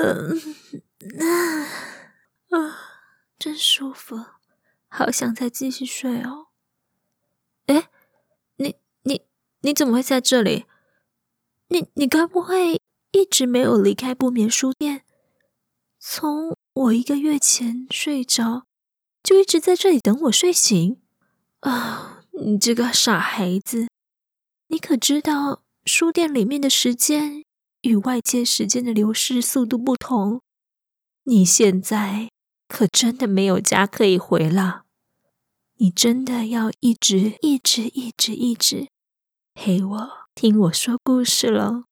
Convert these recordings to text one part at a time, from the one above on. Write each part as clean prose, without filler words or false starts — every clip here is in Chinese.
真舒服，好想再继续睡哦。诶，你怎么会在这里？你该不会一直没有离开不眠书店？从我1个月前睡着，就一直在这里等我睡醒？你这个傻孩子，你可知道书店里面的时间与外界时间的流逝速度不同？你现在可真的没有家可以回了，你真的要一直陪我听我说故事了。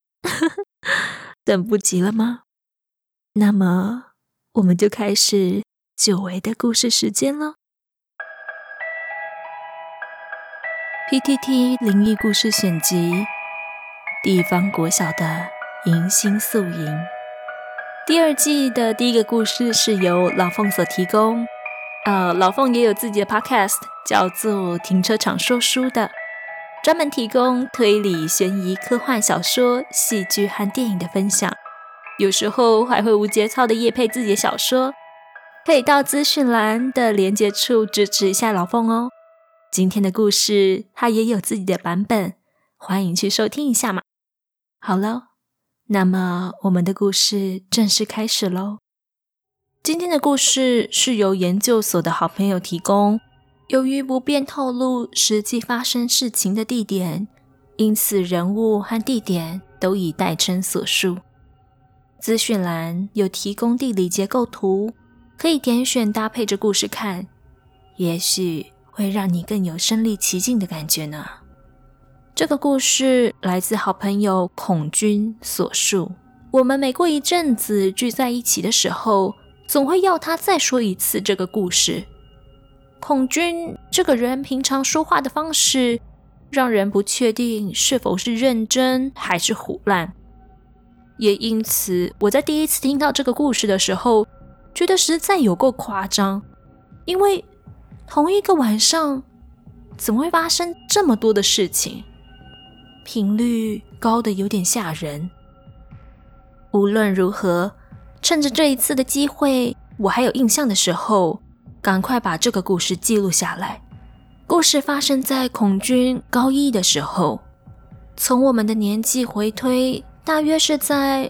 等不及了吗？那么我们就开始久违的故事时间了。PTT 灵异故事选集，地方国小的迎新宿营。第2季的第1个故事是由老凤所提供，老凤也有自己的 podcast 叫做停车场说书的，专门提供推理、悬疑、科幻小说、戏剧和电影的分享，有时候还会无节操的业配自己的小说，可以到资讯栏的连结处支持一下老凤哦。今天的故事它也有自己的版本，欢迎去收听一下嘛。好了，那么我们的故事正式开始咯。今天的故事是由研究所的好朋友提供，由于不便透露实际发生事情的地点，因此人物和地点都以代称所述。资讯栏有提供地理结构图，可以点选搭配着故事看，也许会让你更有身临其境的感觉呢。这个故事来自好朋友孔君所述。我们每过一阵子聚在一起的时候，总会要他再说一次这个故事。孔君这个人平常说话的方式，让人不确定是否是认真还是唬烂。也因此，我在第一次听到这个故事的时候，觉得实在有够夸张。因为同一个晚上，怎么会发生这么多的事情？频率高得有点吓人。无论如何，趁着这一次的机会，我还有印象的时候，赶快把这个故事记录下来。故事发生在孔君高1的时候，从我们的年纪回推，大约是在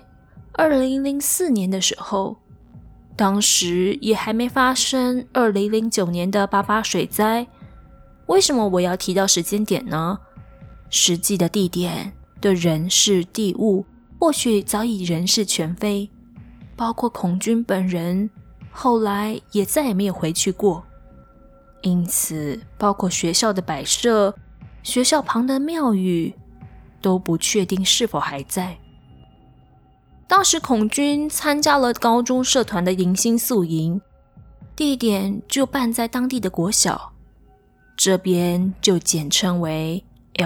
2004年的时候。当时也还没发生2009年的88水灾。为什么我要提到时间点呢？实际的地点的人事地物或许早已人事全非，包括孔君本人后来也再也没有回去过。因此包括学校的摆设、学校旁的庙宇都不确定是否还在。当时孔君参加了高中社团的迎新宿营，地点就办在当地的国小，这边就简称为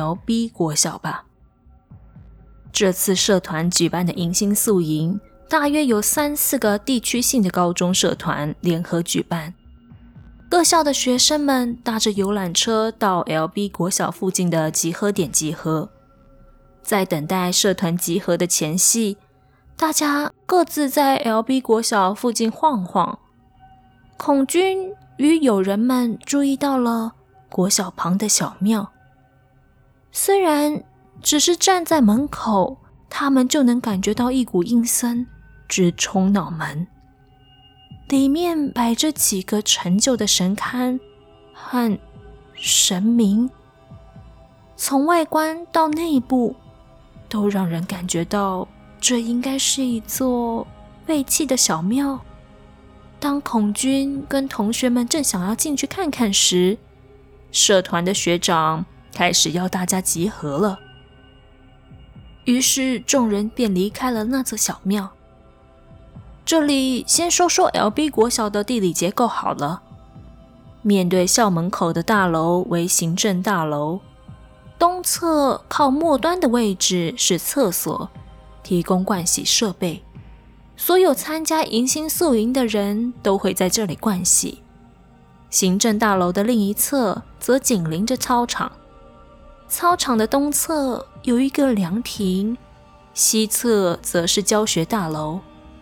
LB 国小吧。这次社团举办的迎新宿营，大约有3-4个地区性的高中社团联合举办，各校的学生们搭着游览车到 LB 国小附近的集合点集合。在等待社团集合的前夕，大家各自在 LB 国小附近晃晃。孔君与友人们注意到了国小旁的小庙，虽然只是站在门口，他们就能感觉到一股阴森直冲脑门。里面摆着几个陈旧的神龛和神明，从外观到内部都让人感觉到这应该是一座废弃的小庙。当孔君跟同学们正想要进去看看时，社团的学长开始要大家集合了。于是众人便离开了那座小庙。这里先说说 LB 国小的地理结构好了。面对校门口的大楼为行政大楼，东侧靠末端的位置是厕所，提供盥洗设备。所有参加迎新宿营的人都会在这里盥洗。行政大楼的另一侧则紧邻着操场，操场的东侧有一个凉亭，西侧则是教学大楼。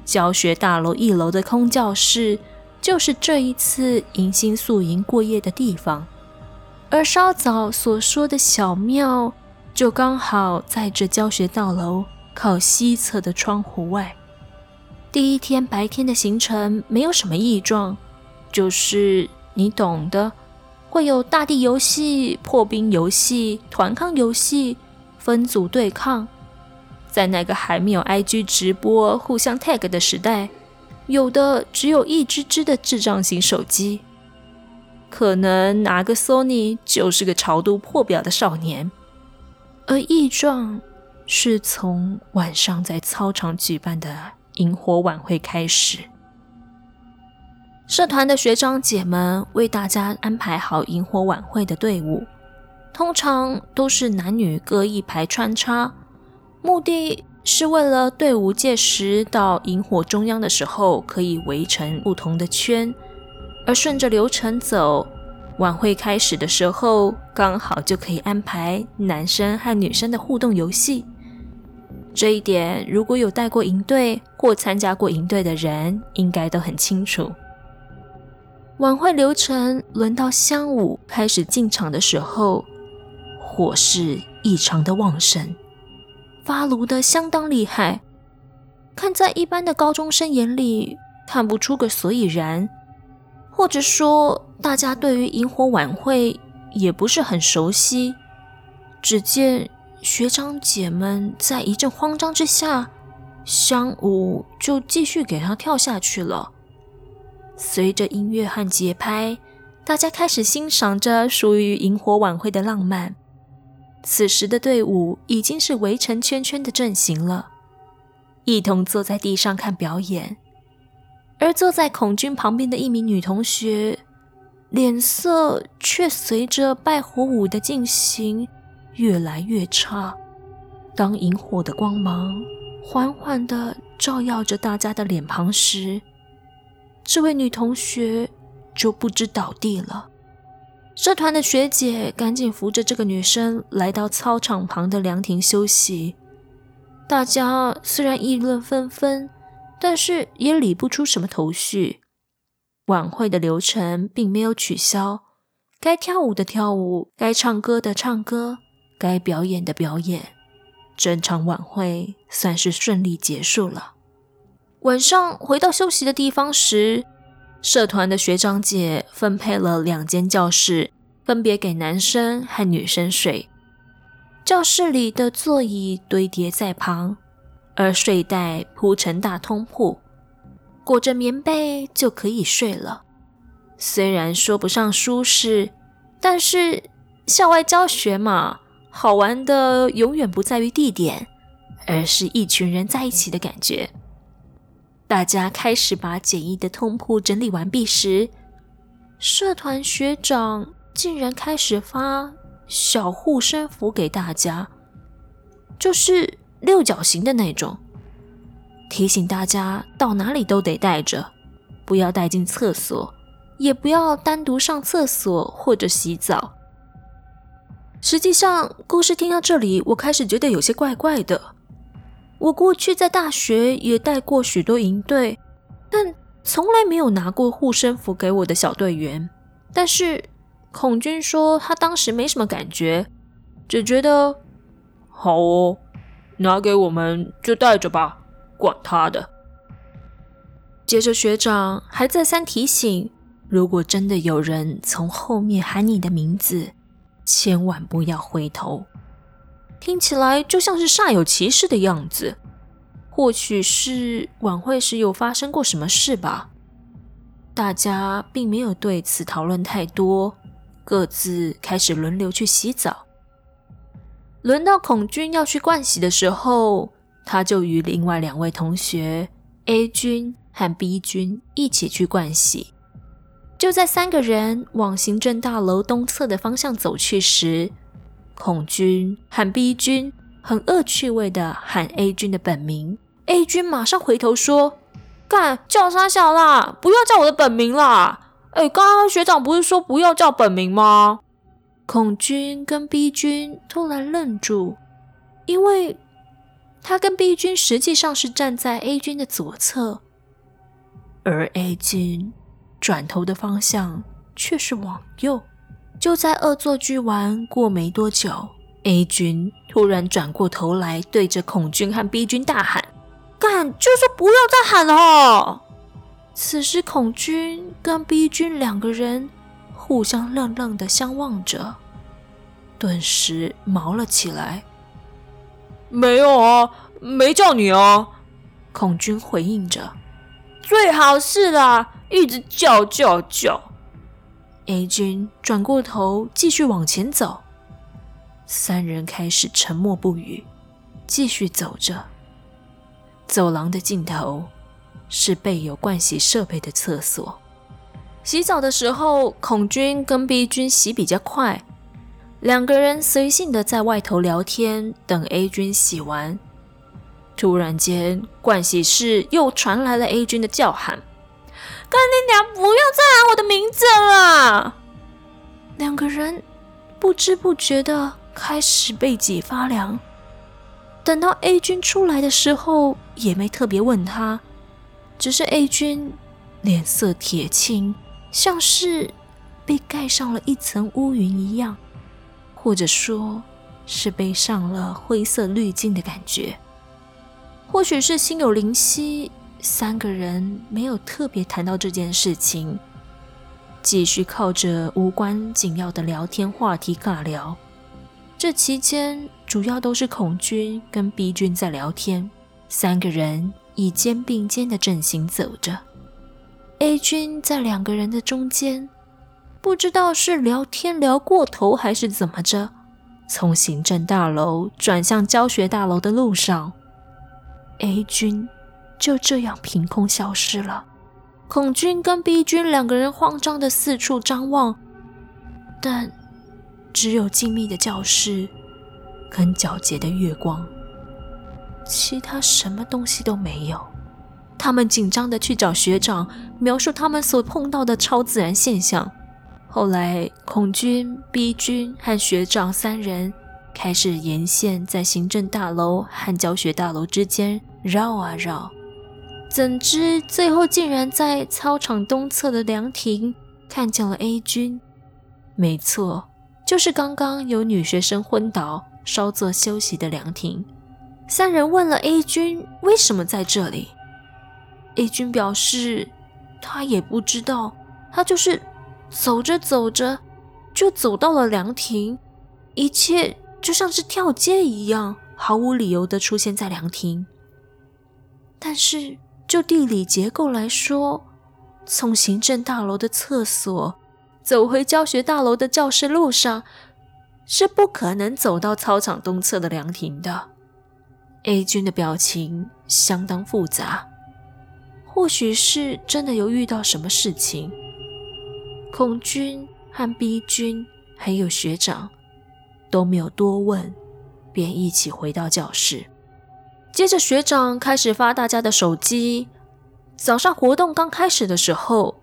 教学大楼1楼的空教室就是这一次迎新宿营过夜的地方，而稍早所说的小庙就刚好在这教学大楼靠西侧的窗户外。第一天白天的行程没有什么异状，就是你懂的，会有大地游戏、破冰游戏、团康游戏、分组对抗。在那个还没有 IG 直播互相 tag 的时代，有的只有一只只的智障型手机，可能拿个 Sony 就是个潮度破表的少年。而异状是从晚上在操场举办的萤火晚会开始。社团的学长姐们为大家安排好萤火晚会的队伍，通常都是男女各一排穿插，目的是为了队伍届时到萤火中央的时候可以围成不同的圈，而顺着流程走，晚会开始的时候刚好就可以安排男生和女生的互动游戏。这一点如果有带过营队或参加过营队的人应该都很清楚。晚会流程轮到香舞开始进场的时候，火势异常的旺盛，发炉的相当厉害，看在一般的高中生眼里看不出个所以然，或者说大家对于萤火晚会也不是很熟悉。只见学长姐们在一阵慌张之下，香舞就继续给他跳下去了。随着音乐和节拍，大家开始欣赏着属于萤火晚会的浪漫。此时的队伍已经是围成圈圈的阵型了，一同坐在地上看表演。而坐在孔君旁边的一名女同学，脸色却随着拜火舞的进行越来越差。当萤火的光芒缓缓地照耀着大家的脸庞时，这位女同学就不知倒地了。社团的学姐赶紧扶着这个女生来到操场旁的凉亭休息。大家虽然议论纷纷，但是也理不出什么头绪。晚会的流程并没有取消，该跳舞的跳舞，该唱歌的唱歌，该表演的表演，整场晚会算是顺利结束了。晚上回到休息的地方时，社团的学长姐分配了2间教室，分别给男生和女生睡。教室里的座椅堆叠在旁，而睡袋铺成大通铺，裹着棉被就可以睡了。虽然说不上舒适，但是校外教学嘛，好玩的永远不在于地点，而是一群人在一起的感觉。大家开始把简易的通铺整理完毕时，社团学长竟然开始发小护身符给大家，就是6角形的那种，提醒大家到哪里都得带着，不要带进厕所，也不要单独上厕所或者洗澡。实际上，故事听到这里，我开始觉得有些怪怪的。我过去在大学也带过许多营队，但从来没有拿过护身符给我的小队员。但是孔君说他当时没什么感觉，只觉得好哦，拿给我们就带着吧，管他的。接着学长还再三提醒，如果真的有人从后面喊你的名字，千万不要回头。听起来就像是煞有其事的样子，或许是晚会时有发生过什么事吧。大家并没有对此讨论太多，各自开始轮流去洗澡。轮到孔君要去盥洗的时候，他就与另外2位同学 A 君和 B 君一起去盥洗。就在3个人往行政大楼东侧的方向走去时，孔君和 B 君很恶趣味的喊 A 君的本名。 A 君马上回头说，干，叫啥小啦，不要叫我的本名啦，刚刚学长不是说不要叫本名吗？孔君跟 B 君突然愣住，因为他跟 B 君实际上是站在 A 君的左侧，而 A 君转头的方向却是往右。就在恶作剧完过没多久， A 君突然转过头来，对着孔君和 B 君大喊：干，就说不要再喊了！此时孔君跟 B 君两个人互相愣愣地相望着，顿时毛了起来。 没有啊，没叫你啊， 孔君回应着。 最好是啦，一直叫。 A 君转过头继续往前走，三人开始沉默不语，继续走着。走廊的尽头是备有盥洗设备的厕所。洗澡的时候，孔君跟 B 君洗比较快，两个人随性的在外头聊天，等 A 君洗完。突然间，盥洗室又传来了 A 君的叫喊：干你娘，不要再喊我的名字了！两个人不知不觉的开始背脊发凉。等到 A 君出来的时候，也没特别问他，只是 A 君脸色铁青，像是被盖上了一层乌云一样，或者说是背上了灰色滤镜的感觉。或许是心有灵犀，三个人没有特别谈到这件事情，继续靠着无关紧要的聊天话题尬聊。这期间主要都是孔君跟 B 君在聊天，三个人以肩并肩的阵型走着。A 君在两个人的中间，不知道是聊天聊过头还是怎么着，从行政大楼转向教学大楼的路上， A 君就这样凭空消失了。孔君跟 B 君两个人慌张的四处张望，但只有静谧的教室跟皎洁的月光，其他什么东西都没有。他们紧张的去找学长，描述他们所碰到的超自然现象。后来孔君、B 君和学长三人开始沿线在行政大楼和教学大楼之间绕啊绕，怎知最后竟然在操场东侧的凉亭看见了 A 君。没错，就是刚刚有女学生昏倒稍作休息的凉亭。三人问了 A 君为什么在这里， A 君表示他也不知道，他就是走着走着就走到了凉亭，一切就像是跳街一样，毫无理由地出现在凉亭。但是就地理结构来说，从行政大楼的厕所走回教学大楼的教室路上，是不可能走到操场东侧的凉亭的。A 君的表情相当复杂，或许是真的有遇到什么事情。孔君和 B 君还有学长都没有多问，便一起回到教室。接着学长开始发大家的手机。早上活动刚开始的时候，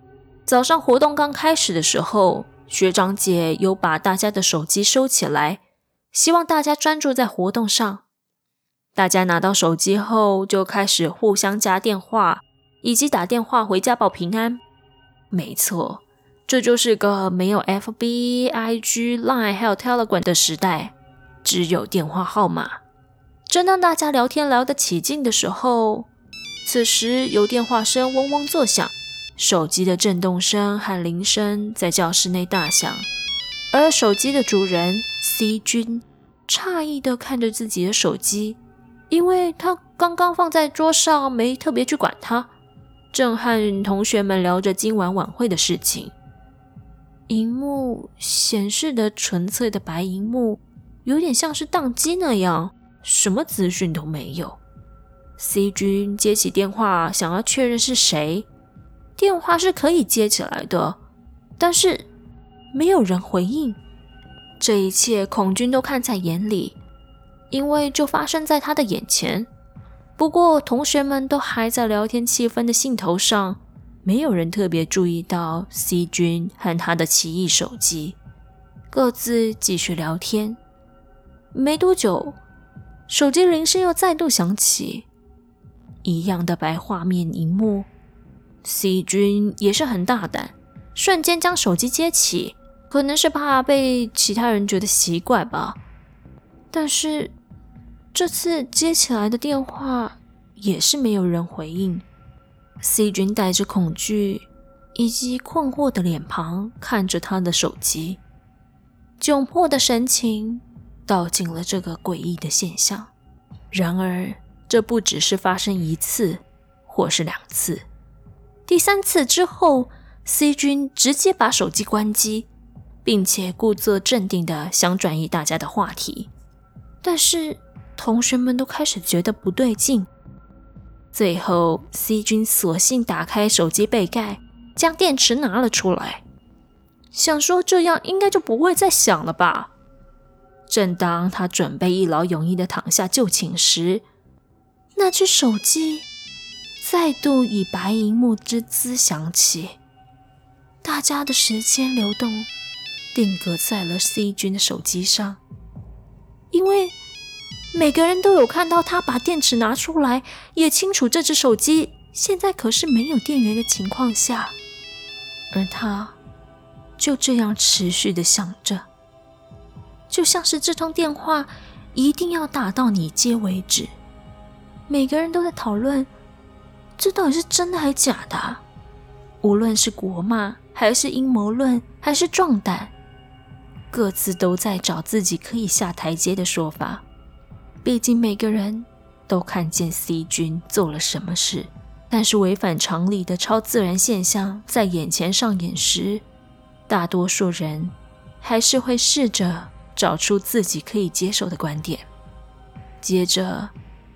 学长姐有把大家的手机收起来，希望大家专注在活动上。大家拿到手机后就开始互相加电话，以及打电话回家报平安。没错，这就是个没有 FB、IG、Line 还有 Telegram 的时代，只有电话号码。正当大家聊天聊得起劲的时候，此时有电话声嗡嗡作响，手机的震动声和铃声在教室内大响，而手机的主人 C 君诧异地看着自己的手机，因为他刚刚放在桌上没特别去管它，正和同学们聊着今晚晚会的事情。荧幕显示的纯粹的白荧幕有点像是宕机那样，什么资讯都没有。C 君接起电话想要确认是谁，电话是可以接起来的，但是没有人回应。这一切孔君都看在眼里，因为就发生在他的眼前。不过同学们都还在聊天气氛的兴头上，没有人特别注意到 C 君和他的奇异手机，各自继续聊天。没多久手机铃声又再度响起，一样的白画面荧幕。C 君也是很大胆，瞬间将手机接起，可能是怕被其他人觉得奇怪吧。但是这次接起来的电话也是没有人回应。C 君带着恐惧以及困惑的脸庞看着他的手机，窘迫的神情道尽了这个诡异的现象。然而这不只是发生一次或是2次，第3次之后 C 君直接把手机关机，并且故作镇定的想转移大家的话题。但是同学们都开始觉得不对劲。最后 C 君索性打开手机背盖，将电池拿了出来，想说这样应该就不会再响了吧。正当他准备一劳永逸的躺下就寝时，那只手机再度以白荧幕之姿响起。大家的时间流动定格在了 C 君的手机上，因为每个人都有看到他把电池拿出来，也清楚这只手机现在可是没有电源的情况下，而他就这样持续的响着，就像是这通电话一定要打到你接为止。每个人都在讨论这到底是真的还假的啊？无论是国骂还是阴谋论还是壮胆，各自都在找自己可以下台阶的说法。毕竟每个人都看见 C 君做了什么事，但是违反常理的超自然现象在眼前上演时，大多数人还是会试着找出自己可以接受的观点。接着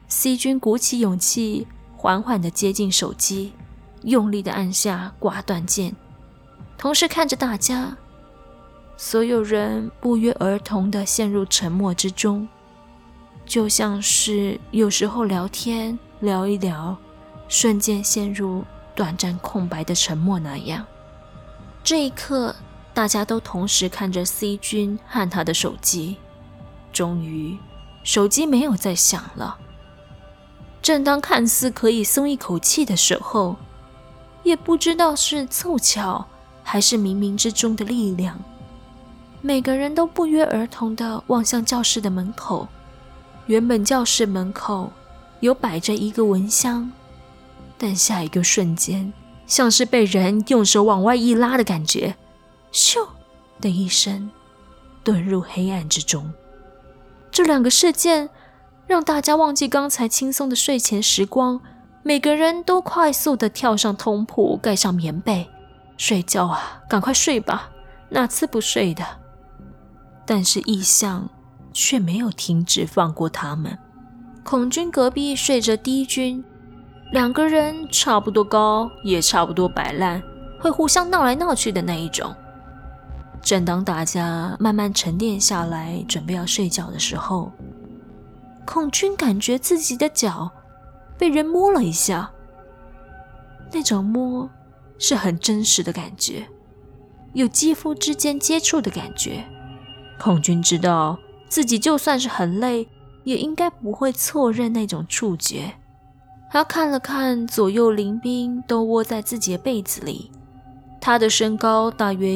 C 君鼓起勇气，缓缓地接近手机，用力地按下挂断键，同时看着大家，所有人不约而同地陷入沉默之中，就像是有时候聊天聊一聊，瞬间陷入短暂空白的沉默那样。这一刻，大家都同时看着 C 君和他的手机，终于手机没有再响了。正当看似可以松一口气的时候，也不知道是凑巧还是冥冥之中的力量，每个人都不约而同地望向教室的门口。原本教室门口有摆着一个蚊香，但下一个瞬间，像是被人用手往外一拉的感觉，咻的一声，遁入黑暗之中。这2个事件让大家忘记刚才轻松的睡前时光，每个人都快速地跳上通铺，盖上棉被，睡觉啊，赶快睡吧，哪次不睡的？但是异象却没有停止放过他们。孔君隔壁睡着D君，2个人差不多高，也差不多摆烂，会互相闹来闹去的那一种。正当大家慢慢沉淀下来，准备要睡觉的时候，孔君感觉自己的脚被人摸了一下，那种摸是很真实的感觉，有肌肤之间接触的感觉。孔君知道自己就算是很累，也应该不会错认那种触觉。他看了看左右邻兵都窝在自己的被子里，他的身高大约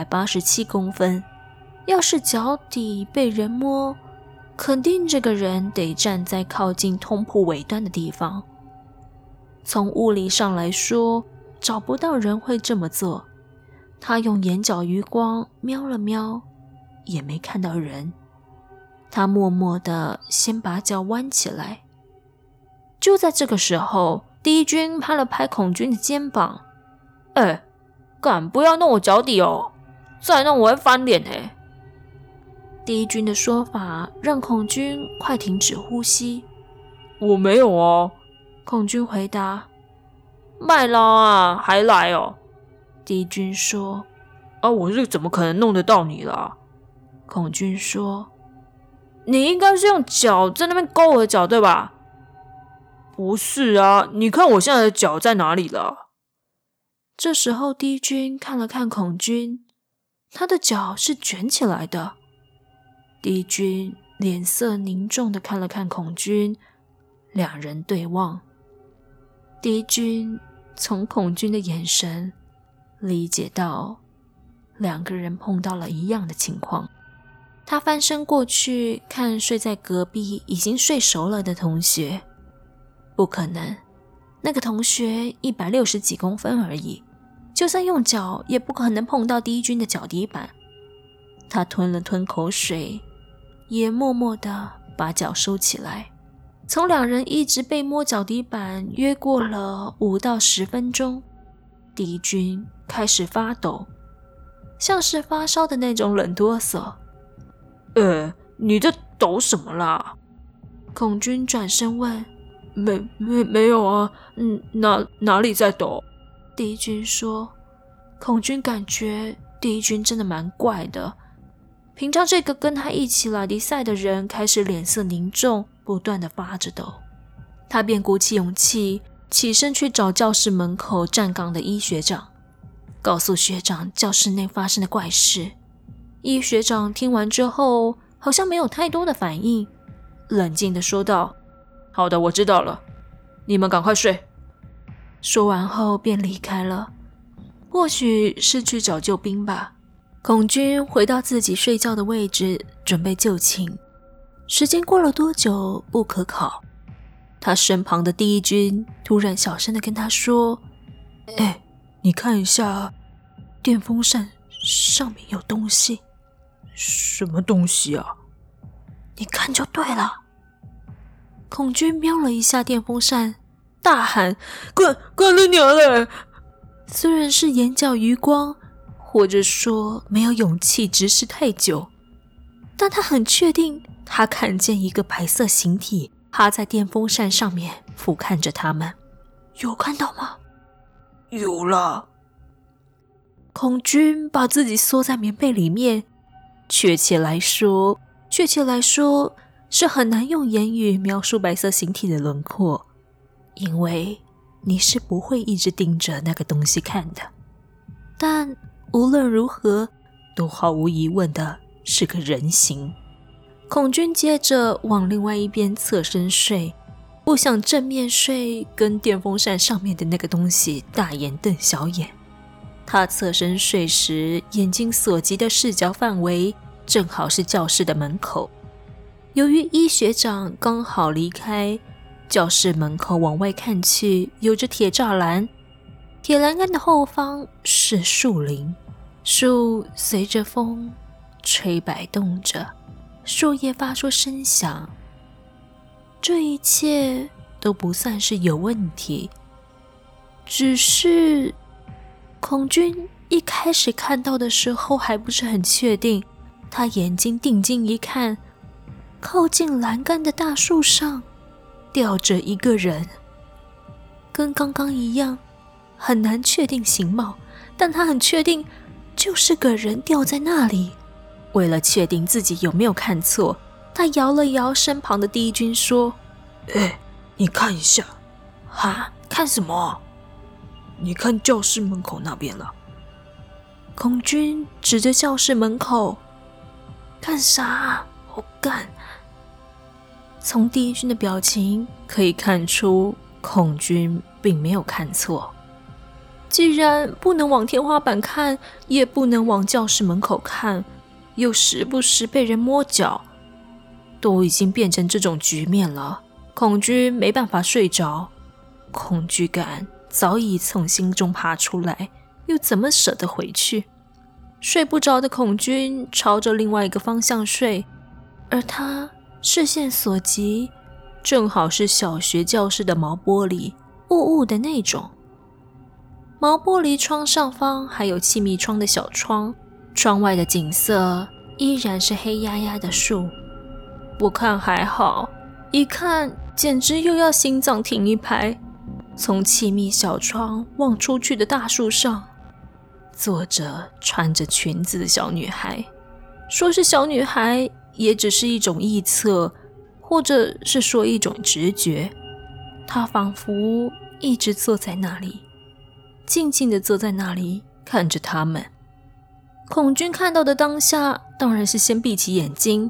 187公分，要是脚底被人摸，肯定这个人得站在靠近通铺尾端的地方。从物理上来说，找不到人会这么做。他用眼角余光瞄了瞄，也没看到人。他默默地先把脚弯起来。就在这个时候，D君拍了拍孔君的肩膀，干，不要弄我脚底哦，再弄我会翻脸欸。D君的说法让孔君快停止呼吸。 我没有哦。 孔君回答。 麦拉啊，还来哦。 D君说。 我这怎么可能弄得到你啦？ 孔君说。 你应该是用脚在那边勾我的脚对吧？不是啊，你看我现在的脚在哪里了？ 这时候 D 君看了看孔君，他的脚是卷起来的。D 君脸色凝重地看了看孔军，两人对望。敌军从孔军的眼神理解到两个人碰到了一样的情况。他翻身过去看睡在隔壁已经睡熟了的同学，不可能，那个同学160几公分而已，就算用脚也不可能碰到敌军的脚底板。他吞了吞口水，也默默地把脚收起来。从两人一直被摸脚底板约过了5到10分钟，敌军开始发抖，像是发烧的那种冷哆嗦。 你在抖什么啦？ 孔军转身问。 没有啊，哪里在抖？ 敌军说。孔军感觉敌军真的蛮怪的，平常这个跟他一起来比赛的人开始脸色凝重，不断的发着抖。他便鼓起勇气起身去找教室门口站岗的医学长，告诉学长教室内发生的怪事。医学长听完之后好像没有太多的反应，冷静地说道： 好的，我知道了，你们赶快睡。 说完后便离开了，或许是去找救兵吧。孔军回到自己睡觉的位置，准备就寝。时间过了多久不可考，他身旁的第一军突然小声地跟他说：你看一下电风扇上面有东西。 什么东西啊？ 你看就对了。孔军瞄了一下电风扇，大喊： 干了娘嘞！ 虽然是眼角余光，或者说没有勇气直视太久，但他很确定他看见一个白色形体趴在电风扇上面俯瞰着他们。有看到吗？ 有啦。 孔军把自己缩在棉被里面，确切来说是很难用言语描述白色形体的轮廓，因为你是不会一直盯着那个东西看的。但无论如何，都毫无疑问的是个人形。孔军接着往另外一边侧身睡，不想正面睡跟电风扇上面的那个东西大眼瞪小眼。他侧身睡时，眼睛所及的视角范围正好是教室的门口。由于医学长刚好离开，教室门口往外看去有着铁栅栏，铁栏杆的后方是树林，树随着风吹摆动着，树叶发出声响。这一切都不算是有问题，只是孔军一开始看到的时候还不是很确定。他眼睛定睛一看，靠近栏杆的大树上吊着一个人，跟刚刚一样，很难确定形貌，但他很确定就是个人吊在那里。为了确定自己有没有看错，他摇了摇身旁的第一军说： 你看一下。 啊，看什么？ 你看教室门口那边了。 孔军指着教室门口。干啥？我干！从第一军的表情可以看出，孔军并没有看错。既然不能往天花板看，也不能往教室门口看，又时不时被人摸脚，都已经变成这种局面了，孔军没办法睡着，恐惧感早已从心中爬出来，又怎么舍得回去？睡不着的孔军朝着另外一个方向睡，而他视线所及，正好是小学教室的毛玻璃，雾雾的那种。毛玻璃窗上方还有气密窗的小窗，窗外的景色依然是黑压压的树。不看还好，一看简直又要心脏停一拍。从气密小窗望出去的大树上，坐着穿着裙子的小女孩。说是小女孩，也只是一种臆测，或者是说一种直觉。她仿佛一直坐在那里，静静地坐在那里看着他们。孔军看到的当下，当然是先闭起眼睛，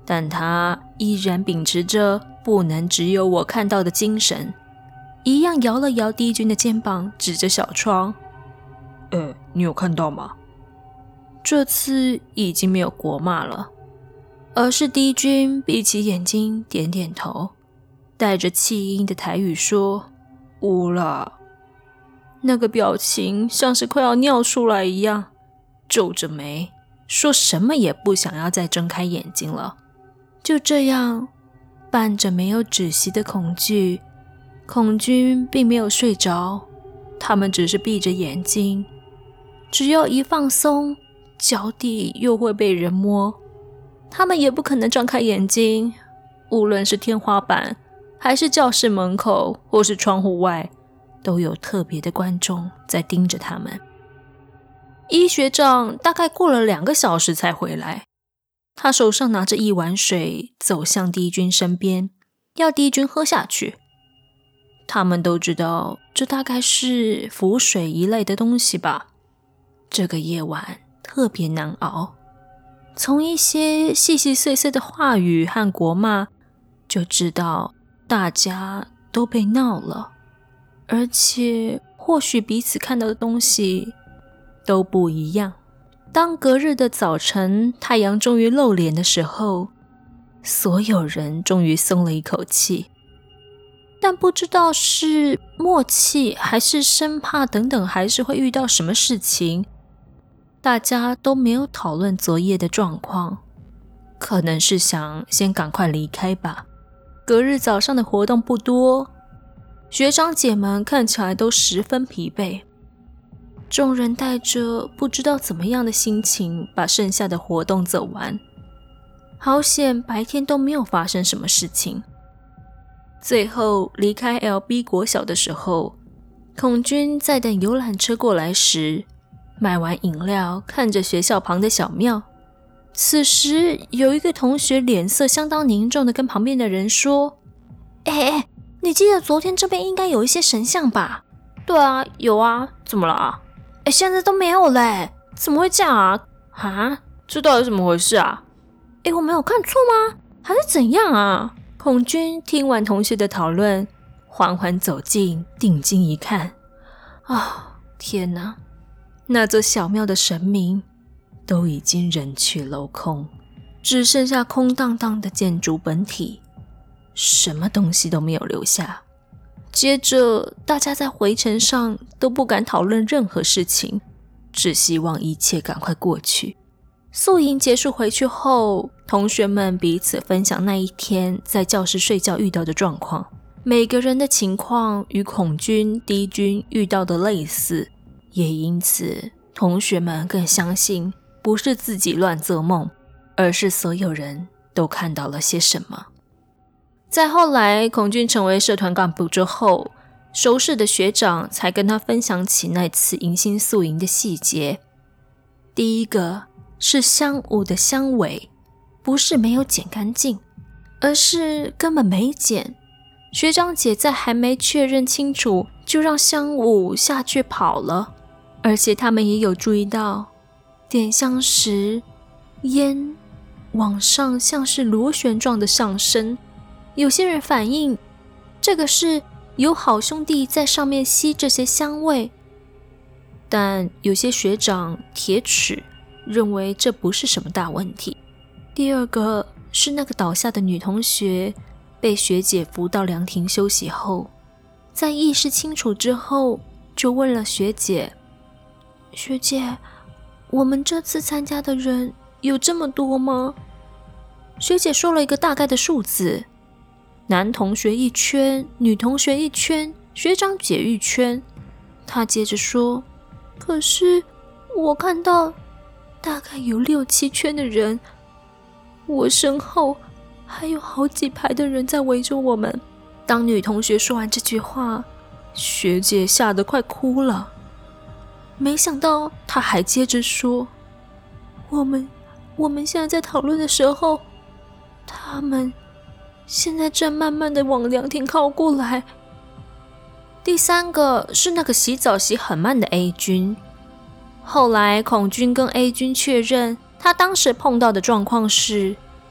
但他依然秉持着不能只有我看到的精神，一样摇了摇帝君的肩膀，指着小窗。 你有看到吗？ 这次已经没有国骂了，而是帝君闭起眼睛点点头，带着气音的台语说： 乌啦。 那个表情像是快要尿出来一样，皱着眉，说什么也不想要再睁开眼睛了。就这样，伴着没有止息的恐惧，孔君并没有睡着，他们只是闭着眼睛，只要一放松，脚底又会被人摸，他们也不可能张开眼睛。无论是天花板，还是教室门口，或是窗户外，都有特别的观众在盯着他们。医学长大概过了2个小时才回来，他手上拿着一碗水，走向帝君身边，要帝君喝下去。他们都知道这大概是符水一类的东西吧。这个夜晚特别难熬，从一些细细碎碎的话语和国骂就知道大家都被闹了，而且或许彼此看到的东西都不一样。当隔日的早晨太阳终于露脸的时候，所有人终于松了一口气，但不知道是默契还是生怕等等还是会遇到什么事情，大家都没有讨论昨夜的状况，可能是想先赶快离开吧。隔日早上的活动不多，学长姐们看起来都十分疲惫，众人带着不知道怎么样的心情把剩下的活动走完。好险白天都没有发生什么事情。最后离开 LB 国小的时候，孔君在等游览车过来时，买完饮料，看着学校旁的小庙。此时有一个同学脸色相当凝重的跟旁边的人说：你记得昨天这边应该有一些神像吧？ 对啊，有啊，怎么了啊？ 现在都没有嘞，怎么会这样啊？ 这到底怎么回事啊？ 我没有看错吗？还是怎样啊？孔君听完同学的讨论，缓缓走近，定睛一看，天哪，那座小庙的神明都已经人去楼空，只剩下空荡荡的建筑本体，什么东西都没有留下。接着大家在回程上都不敢讨论任何事情，只希望一切赶快过去。宿营结束回去后，同学们彼此分享那一天在教室睡觉遇到的状况，每个人的情况与孔君、帝君遇到的类似，也因此同学们更相信不是自己乱做梦，而是所有人都看到了些什么。再后来，孔君成为社团干部之后，熟识的学长才跟他分享起那次迎新宿营的细节。第一个是香雾的香尾不是没有剪干净，而是根本没剪。学长姐在还没确认清楚就让香雾下去跑了，而且他们也有注意到点香时烟往上像是螺旋状的上升，有些人反映这个是有好兄弟在上面吸这些香味，但有些学长铁齿认为这不是什么大问题。第二个是那个倒下的女同学被学姐扶到凉亭休息后，在意识清楚之后就问了学姐：学姐，我们这次参加的人有这么多吗？学姐说了一个大概的数字，男同学1圈，女同学1圈，学长姐1圈。她接着说，可是我看到大概有6、7圈的人，我身后还有好几排的人在围着我们。当女同学说完这句话，学姐吓得快哭了。没想到她还接着说，我们现在在讨论的时候，他们现在正慢慢的往凉亭靠过来。第三个是那个洗澡洗很慢的 A 君。后来孔君跟 A 君确认，他当时碰到的状况是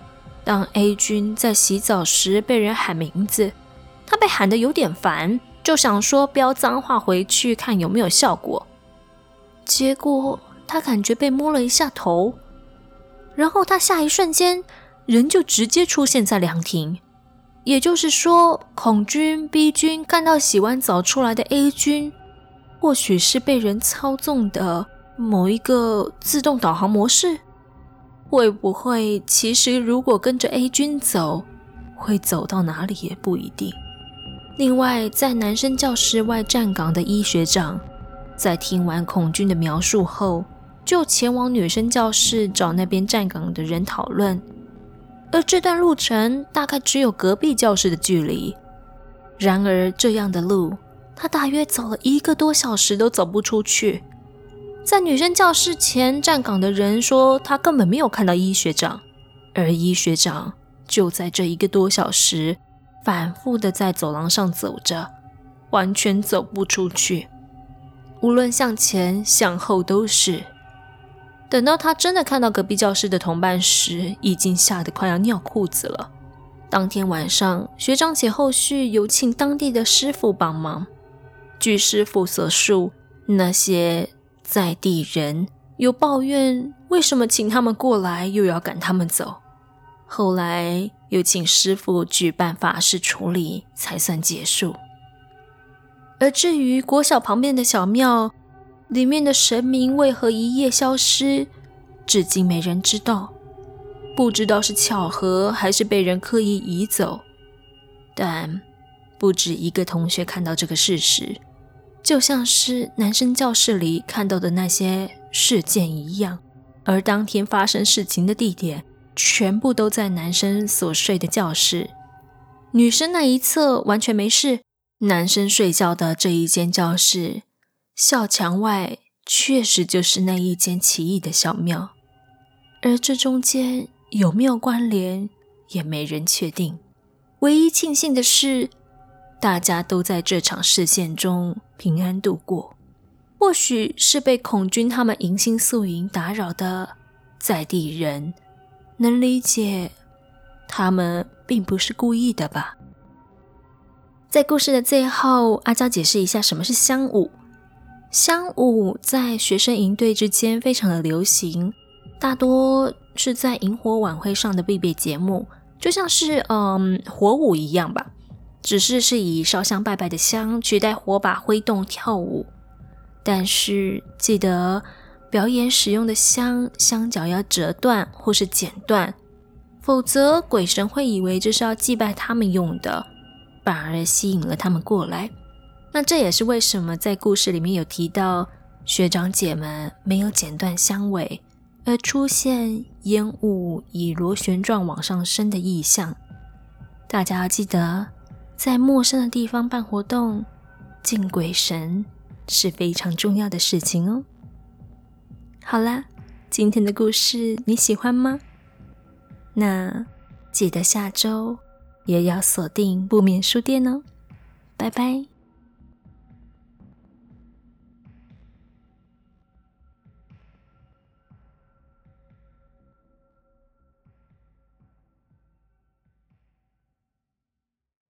当 A 君在洗澡时被人喊名字，他被喊得有点烦，就想说飙脏话回去看有没有效果。结果他感觉被摸了一下头，然后他下一瞬间人就直接出现在凉亭。也就是说，孔君、B 君看到洗完澡出来的 A 君，或许是被人操纵的某一个自动导航模式。会不会其实如果跟着 A 君走，会走到哪里也不一定。另外，在男生教室外站岗的医学长，在听完孔君的描述后，就前往女生教室找那边站岗的人讨论。而这段路程大概只有隔壁教室的距离。然而这样的路，他大约走了1个多小时都走不出去。在女生教室前站岗的人说，他根本没有看到医学长，而医学长就在这1个多小时反复的在走廊上走着，完全走不出去，无论向前向后都是。等到他真的看到隔壁教室的同伴时，已经吓得快要尿裤子了。当天晚上，学长姐后续有请当地的师傅帮忙。据师傅所述，那些在地人有抱怨为什么请他们过来又要赶他们走，后来又请师傅举办法事处理才算结束。而至于国小旁边的小庙，里面的神明为何一夜消失，至今没人知道，不知道是巧合还是被人刻意移走。但不止1个同学看到这个事实，就像是男生教室里看到的那些事件一样，而当天发生事情的地点全部都在男生所睡的教室，女生那一侧完全没事，男生睡觉的这一间教室校墙外确实就是那一间奇异的小庙，而这中间有没有关联也没人确定。唯一庆幸的是，大家都在这场事件中平安度过。或许是被孔君他们迎新宿营打扰的在地人能理解他们并不是故意的吧。在故事的最后，阿娇解释一下什么是香舞。香舞在学生营队之间非常的流行，大多是在萤火晚会上的必备节目，就像是火舞一样吧，只是以烧香拜拜的香取代火把挥动跳舞。但是记得表演使用的香角要折断或是剪断，否则鬼神会以为这是要祭拜他们用的，反而吸引了他们过来。那这也是为什么在故事里面有提到学长姐们没有剪断香尾，而出现烟雾以螺旋状往上升的意象。大家要记得，在陌生的地方办活动，敬鬼神是非常重要的事情哦。好啦，今天的故事你喜欢吗？那记得下周也要锁定不眠书店哦。拜拜。